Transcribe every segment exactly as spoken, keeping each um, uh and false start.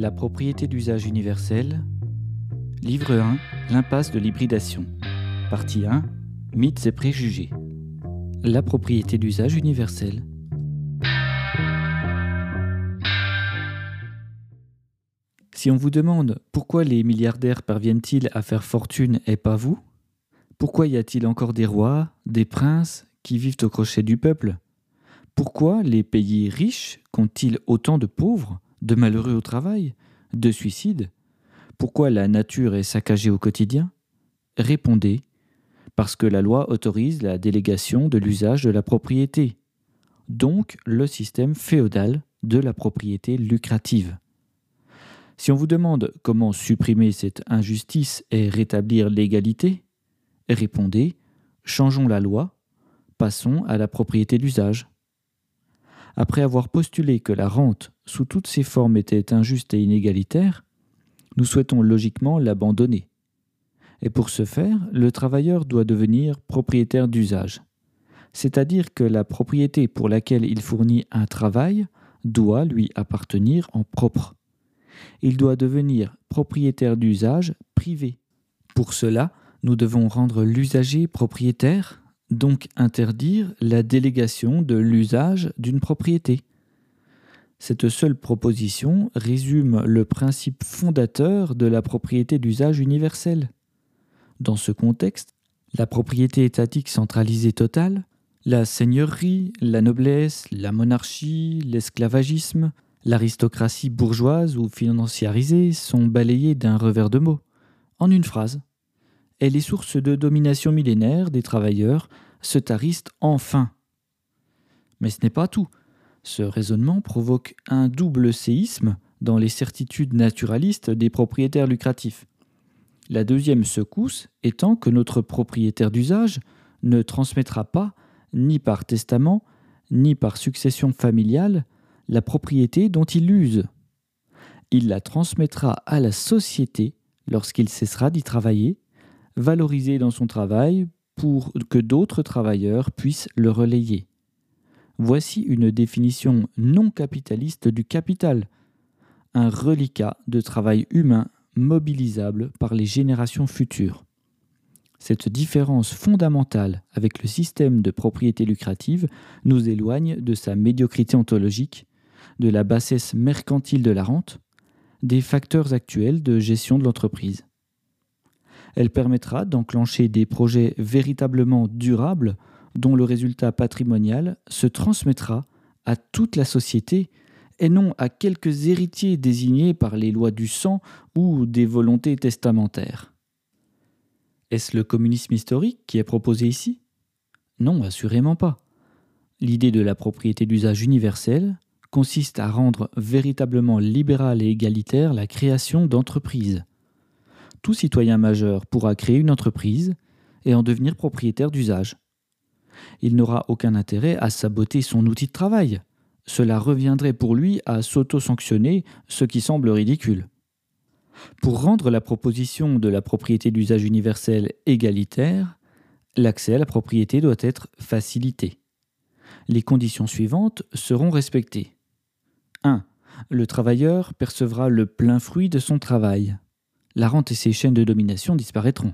La propriété d'usage universel. Livre un. L'impasse de l'hybridation. Partie un. Mythes et préjugés. La propriété d'usage universel. Si on vous demande pourquoi les milliardaires parviennent-ils à faire fortune et pas vous, pourquoi y a-t-il encore des rois, des princes qui vivent au crochet du peuple? Pourquoi les pays riches comptent-ils autant de pauvres, de malheureux au travail, de suicides? Pourquoi la nature est saccagée au quotidien? Répondez, parce que la loi autorise la délégation de l'usage de la propriété, donc le système féodal de la propriété lucrative. Si on vous demande comment supprimer cette injustice et rétablir l'égalité, répondez, changeons la loi, passons à la propriété d'usage. Après avoir postulé que la rente, sous toutes ses formes, était injuste et inégalitaire, nous souhaitons logiquement l'abandonner. Et pour ce faire, le travailleur doit devenir propriétaire d'usage. C'est-à-dire que la propriété pour laquelle il fournit un travail doit lui appartenir en propre. Il doit devenir propriétaire d'usage privé. Pour cela, nous devons rendre l'usager propriétaire, donc interdire la délégation de l'usage d'une propriété. Cette seule proposition résume le principe fondateur de la propriété d'usage universelle. Dans ce contexte, la propriété étatique centralisée totale, la seigneurie, la noblesse, la monarchie, l'esclavagisme, l'aristocratie bourgeoise ou financiarisée sont balayées d'un revers de mots, en une phrase. Et les sources de domination millénaire des travailleurs se tarissent enfin. Mais ce n'est pas tout. Ce raisonnement provoque un double séisme dans les certitudes naturalistes des propriétaires lucratifs. La deuxième secousse étant que notre propriétaire d'usage ne transmettra pas, ni par testament, ni par succession familiale, la propriété dont il use. Il la transmettra à la société lorsqu'il cessera d'y travailler, valorisé dans son travail pour que d'autres travailleurs puissent le relayer. Voici une définition non capitaliste du capital, un reliquat de travail humain mobilisable par les générations futures. Cette différence fondamentale avec le système de propriété lucrative nous éloigne de sa médiocrité ontologique, de la bassesse mercantile de la rente, des facteurs actuels de gestion de l'entreprise. Elle permettra d'enclencher des projets véritablement durables dont le résultat patrimonial se transmettra à toute la société et non à quelques héritiers désignés par les lois du sang ou des volontés testamentaires. Est-ce le communisme historique qui est proposé ici? Non, assurément pas. L'idée de la propriété d'usage universelle consiste à rendre véritablement libérale et égalitaire la création d'entreprises. Tout citoyen majeur pourra créer une entreprise et en devenir propriétaire d'usage. Il n'aura aucun intérêt à saboter son outil de travail. Cela reviendrait pour lui à s'auto-sanctionner, ce qui semble ridicule. Pour rendre la proposition de la propriété d'usage universelle égalitaire, l'accès à la propriété doit être facilité. Les conditions suivantes seront respectées. un. Le travailleur percevra le plein fruit de son travail. La rente et ses chaînes de domination disparaîtront.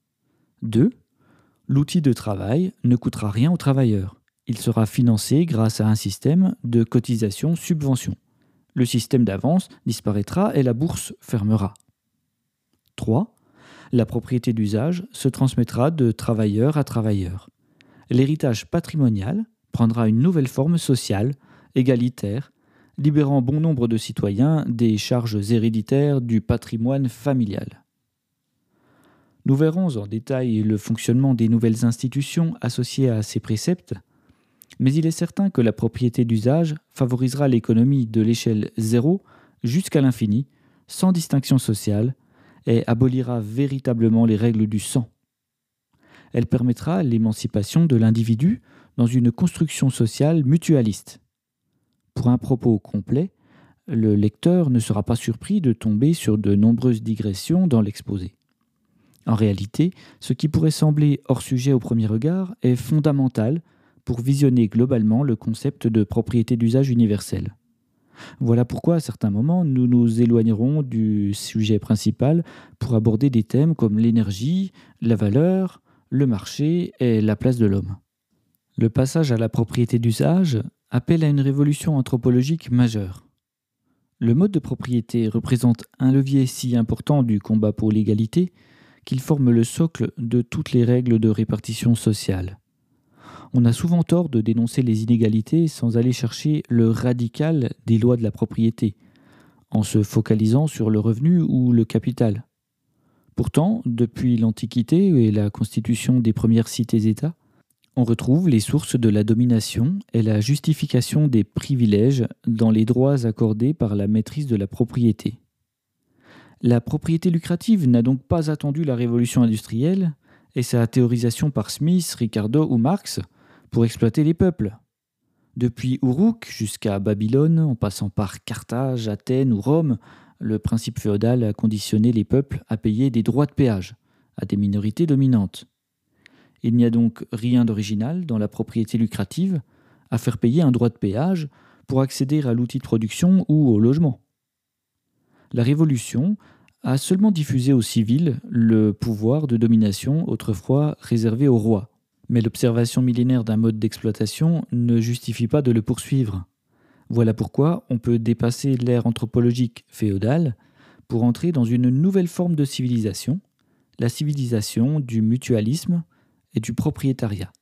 deux. L'outil de travail ne coûtera rien au travailleur. Il sera financé grâce à un système de cotisation-subvention. Le système d'avance disparaîtra et la bourse fermera. trois. La propriété d'usage se transmettra de travailleur à travailleur. L'héritage patrimonial prendra une nouvelle forme sociale, égalitaire, libérant bon nombre de citoyens des charges héréditaires du patrimoine familial. Nous verrons en détail le fonctionnement des nouvelles institutions associées à ces préceptes, mais il est certain que la propriété d'usage favorisera l'économie de l'échelle zéro jusqu'à l'infini, sans distinction sociale, et abolira véritablement les règles du sang. Elle permettra l'émancipation de l'individu dans une construction sociale mutualiste. Pour un propos complet, le lecteur ne sera pas surpris de tomber sur de nombreuses digressions dans l'exposé. En réalité, ce qui pourrait sembler hors sujet au premier regard est fondamental pour visionner globalement le concept de propriété d'usage universelle. Voilà pourquoi à certains moments nous nous éloignerons du sujet principal pour aborder des thèmes comme l'énergie, la valeur, le marché et la place de l'homme. Le passage à la propriété d'usage appelle à une révolution anthropologique majeure. Le mode de propriété représente un levier si important du combat pour l'égalité qu'il forme le socle de toutes les règles de répartition sociale. On a souvent tort de dénoncer les inégalités sans aller chercher le radical des lois de la propriété, en se focalisant sur le revenu ou le capital. Pourtant, depuis l'Antiquité et la constitution des premières cités-États, on retrouve les sources de la domination et la justification des privilèges dans les droits accordés par la maîtrise de la propriété. La propriété lucrative n'a donc pas attendu la révolution industrielle et sa théorisation par Smith, Ricardo ou Marx pour exploiter les peuples. Depuis Uruk jusqu'à Babylone, en passant par Carthage, Athènes ou Rome, le principe féodal a conditionné les peuples à payer des droits de péage à des minorités dominantes. Il n'y a donc rien d'original dans la propriété lucrative à faire payer un droit de péage pour accéder à l'outil de production ou au logement. La Révolution a seulement diffusé aux civils le pouvoir de domination autrefois réservé aux rois. Mais l'observation millénaire d'un mode d'exploitation ne justifie pas de le poursuivre. Voilà pourquoi on peut dépasser l'ère anthropologique féodale pour entrer dans une nouvelle forme de civilisation, la civilisation du mutualisme et du propriétariat.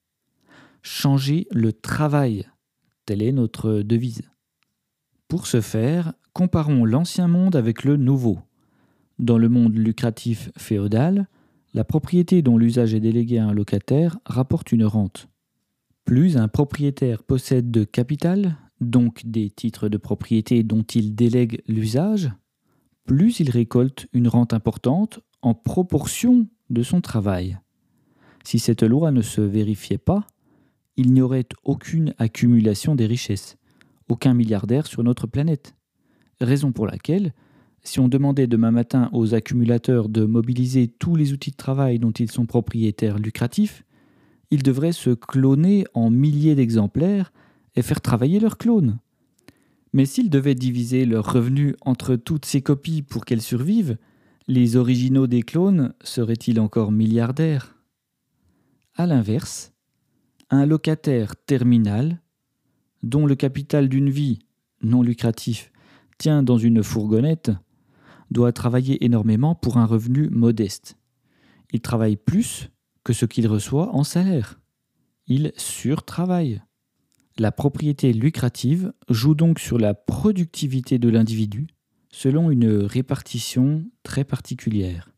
Changer le travail, telle est notre devise. Pour ce faire, comparons l'ancien monde avec le nouveau. Dans le monde lucratif féodal, la propriété dont l'usage est délégué à un locataire rapporte une rente. Plus un propriétaire possède de capital, donc des titres de propriété dont il délègue l'usage, plus il récolte une rente importante en proportion de son travail. Si cette loi ne se vérifiait pas, il n'y aurait aucune accumulation des richesses, aucun milliardaire sur notre planète. Raison pour laquelle, si on demandait demain matin aux accumulateurs de mobiliser tous les outils de travail dont ils sont propriétaires lucratifs, ils devraient se cloner en milliers d'exemplaires et faire travailler leurs clones. Mais s'ils devaient diviser leurs revenus entre toutes ces copies pour qu'elles survivent, les originaux des clones seraient-ils encore milliardaires ? À l'inverse, un locataire terminal, dont le capital d'une vie non lucratif tient dans une fourgonnette, doit travailler énormément pour un revenu modeste. Il travaille plus que ce qu'il reçoit en salaire. Il surtravaille. La propriété lucrative joue donc sur la productivité de l'individu selon une répartition très particulière.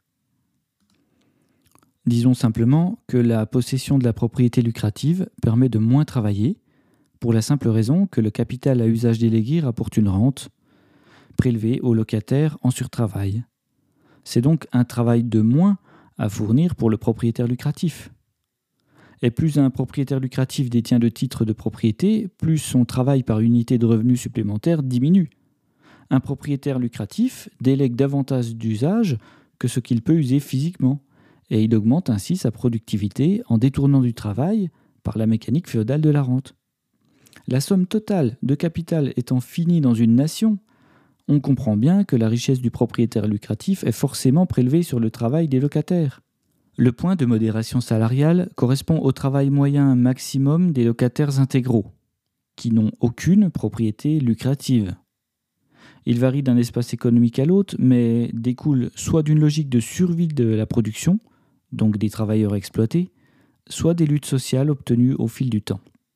Disons simplement que la possession de la propriété lucrative permet de moins travailler, pour la simple raison que le capital à usage délégué rapporte une rente, prélevée au locataire en surtravail. C'est donc un travail de moins à fournir pour le propriétaire lucratif. Et plus un propriétaire lucratif détient de titres de propriété, plus son travail par unité de revenu supplémentaire diminue. Un propriétaire lucratif délègue davantage d'usage que ce qu'il peut user physiquement, et il augmente ainsi sa productivité en détournant du travail par la mécanique féodale de la rente. La somme totale de capital étant finie dans une nation, on comprend bien que la richesse du propriétaire lucratif est forcément prélevée sur le travail des locataires. Le point de modération salariale correspond au travail moyen maximum des locataires intégraux, qui n'ont aucune propriété lucrative. Il varie d'un espace économique à l'autre, mais découle soit d'une logique de survie de la production, donc des travailleurs exploités, soit des luttes sociales obtenues au fil du temps.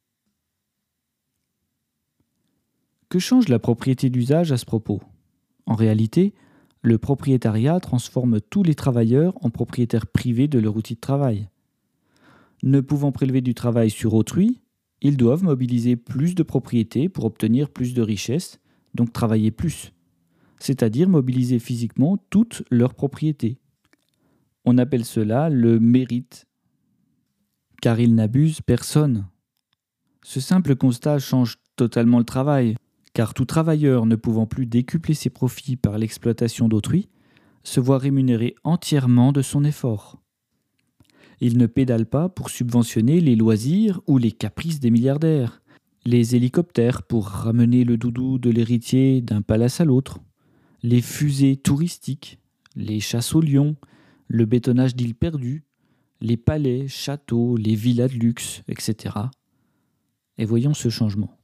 Que change la propriété d'usage à ce propos ? En réalité, le propriétariat transforme tous les travailleurs en propriétaires privés de leur outil de travail. Ne pouvant prélever du travail sur autrui, ils doivent mobiliser plus de propriétés pour obtenir plus de richesses, donc travailler plus, c'est-à-dire mobiliser physiquement toutes leurs propriétés. On appelle cela le mérite, car ils n'abusent personne. Ce simple constat change totalement le travail, car tout travailleur ne pouvant plus décupler ses profits par l'exploitation d'autrui se voit rémunéré entièrement de son effort. Il ne pédale pas pour subventionner les loisirs ou les caprices des milliardaires. les hélicoptères pour ramener le doudou de l'héritier d'un palace à l'autre, les fusées touristiques, les chasses aux lions, le bétonnage d'îles perdues, les palais, châteaux, les villas de luxe, et cetera. Et voyons ce changement.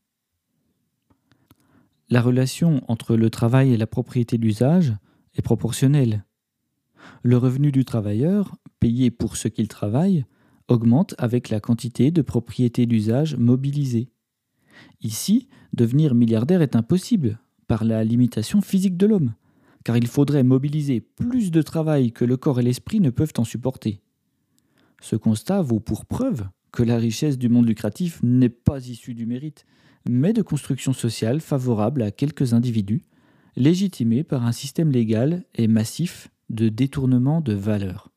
La relation entre le travail et la propriété d'usage est proportionnelle. Le revenu du travailleur, payé pour ce qu'il travaille, augmente avec la quantité de propriété d'usage mobilisée. Ici, devenir milliardaire est impossible par la limitation physique de l'homme, car il faudrait mobiliser plus de travail que le corps et l'esprit ne peuvent en supporter. Ce constat vaut pour preuve que la richesse du monde lucratif n'est pas issue du mérite, mais de constructions sociales favorables à quelques individus, légitimées par un système légal et massif de détournement de valeur.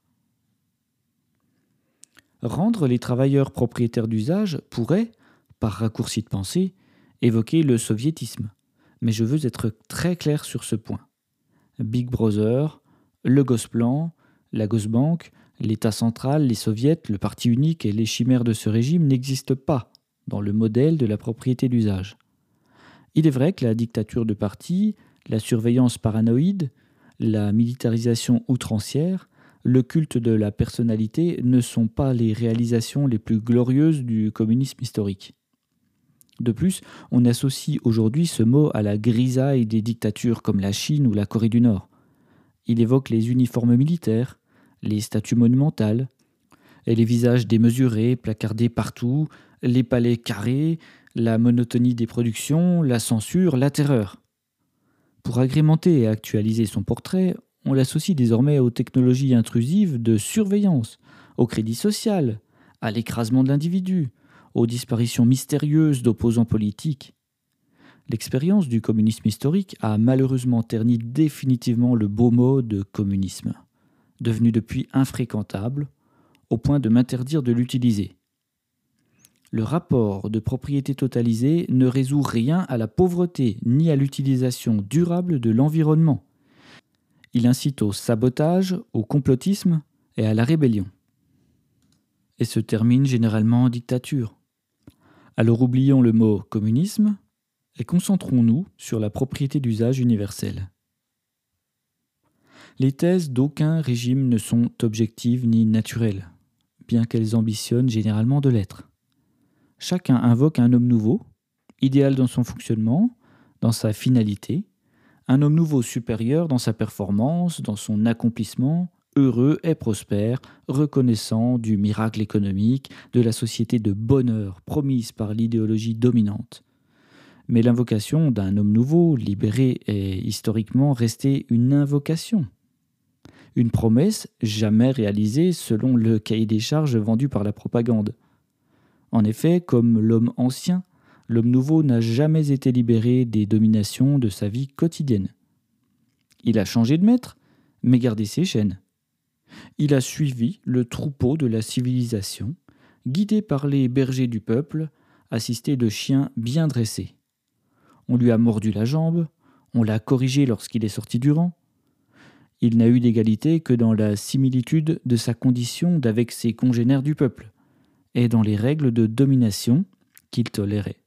Rendre les travailleurs propriétaires d'usage pourrait, par raccourci de pensée, évoquer le soviétisme, mais je veux être très clair sur ce point. Big Brother, le Gosplan, la Gosbank, l'État central, les soviets, le parti unique et les chimères de ce régime n'existent pas dans le modèle de la propriété d'usage. Il est vrai que la dictature de parti, la surveillance paranoïde, la militarisation outrancière, le culte de la personnalité ne sont pas les réalisations les plus glorieuses du communisme historique. De plus, on associe aujourd'hui ce mot à la grisaille des dictatures comme la Chine ou la Corée du Nord. Il évoque les uniformes militaires, les statues monumentales, et les visages démesurés, placardés partout, les palais carrés, la monotonie des productions, la censure, la terreur. Pour agrémenter et actualiser son portrait, on l'associe désormais aux technologies intrusives de surveillance, au crédit social, à l'écrasement de l'individu, aux disparitions mystérieuses d'opposants politiques. L'expérience du communisme historique a malheureusement terni définitivement le beau mot de communisme, devenu depuis infréquentable, au point de m'interdire de l'utiliser. Le rapport de propriété totalisée ne résout rien à la pauvreté ni à l'utilisation durable de l'environnement. Il incite au sabotage, au complotisme et à la rébellion. Et se termine généralement en dictature. Alors oublions le mot communisme et concentrons-nous sur la propriété d'usage universelle. Les thèses d'aucun régime ne sont objectives ni naturelles, bien qu'elles ambitionnent généralement de l'être. Chacun invoque un homme nouveau, idéal dans son fonctionnement, dans sa finalité, un homme nouveau supérieur dans sa performance, dans son accomplissement, heureux et prospère, reconnaissant du miracle économique, de la société de bonheur promise par l'idéologie dominante. Mais l'invocation d'un homme nouveau, libéré, est historiquement restée une invocation. Une promesse jamais réalisée selon le cahier des charges vendu par la propagande. En effet, comme l'homme ancien, l'homme nouveau n'a jamais été libéré des dominations de sa vie quotidienne. Il a changé de maître, mais gardé ses chaînes. Il a suivi le troupeau de la civilisation, guidé par les bergers du peuple, assisté de chiens bien dressés. On lui a mordu la jambe, on l'a corrigé lorsqu'il est sorti du rang. Il n'a eu d'égalité que dans la similitude de sa condition d'avec ses congénères du peuple, et dans les règles de domination qu'il tolérait.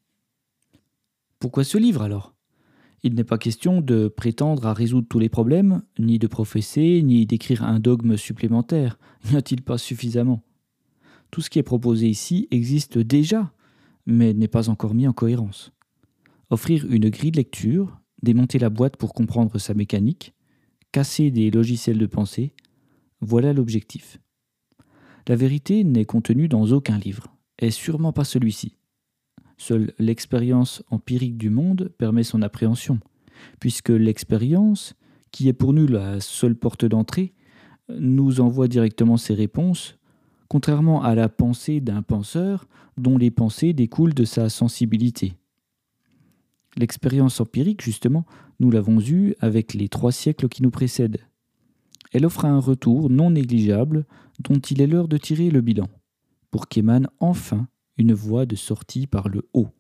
Pourquoi ce livre alors ? Il n'est pas question de prétendre à résoudre tous les problèmes, ni de professer, ni d'écrire un dogme supplémentaire. N'y a-t-il pas suffisamment ? Tout ce qui est proposé ici existe déjà, mais n'est pas encore mis en cohérence. Offrir une grille de lecture, démonter la boîte pour comprendre sa mécanique, casser des logiciels de pensée, voilà l'objectif. La vérité n'est contenue dans aucun livre, et sûrement pas celui-ci. Seule l'expérience empirique du monde permet son appréhension, puisque l'expérience, qui est pour nous la seule porte d'entrée, nous envoie directement ses réponses, contrairement à la pensée d'un penseur dont les pensées découlent de sa sensibilité. L'expérience empirique, justement, nous l'avons eue avec les trois siècles qui nous précèdent. Elle offre un retour non négligeable dont il est l'heure de tirer le bilan, pour qu'émane enfin une voie de sortie par le haut.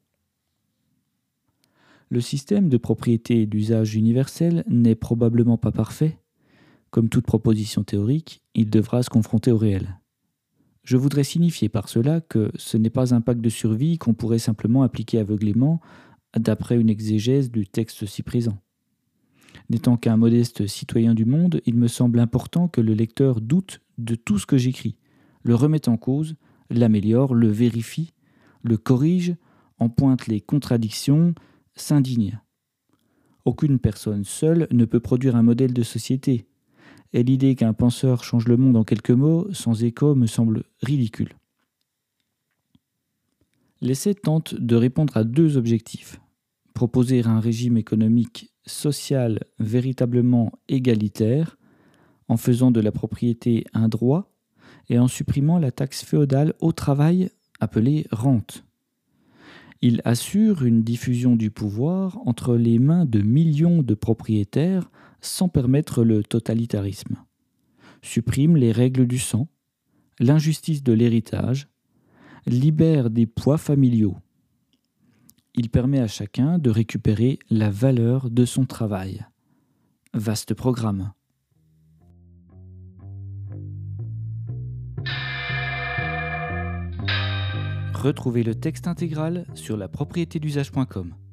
Le système de propriété et d'usage universel n'est probablement pas parfait. Comme toute proposition théorique, il devra se confronter au réel. Je voudrais signifier par cela que ce n'est pas un pacte de survie qu'on pourrait simplement appliquer aveuglément d'après une exégèse du texte ci présent. N'étant qu'un modeste citoyen du monde, il me semble important que le lecteur doute de tout ce que j'écris, le remette en cause, l'améliore, le vérifie, le corrige, en pointe les contradictions, s'indigne. Aucune personne seule ne peut produire un modèle de société, et l'idée qu'un penseur change le monde en quelques mots, sans écho, me semble ridicule. L'essai tente de répondre à deux objectifs. Proposer un régime économique social véritablement égalitaire, en faisant de la propriété un droit et en supprimant la taxe féodale au travail appelée rente. Il assure une diffusion du pouvoir entre les mains de millions de propriétaires sans permettre le totalitarisme. Supprime les règles du sang, l'injustice de l'héritage, libère des poids familiaux. Il permet à chacun de récupérer la valeur de son travail. Vaste programme. Retrouvez le texte intégral sur la propriété d'usage point com.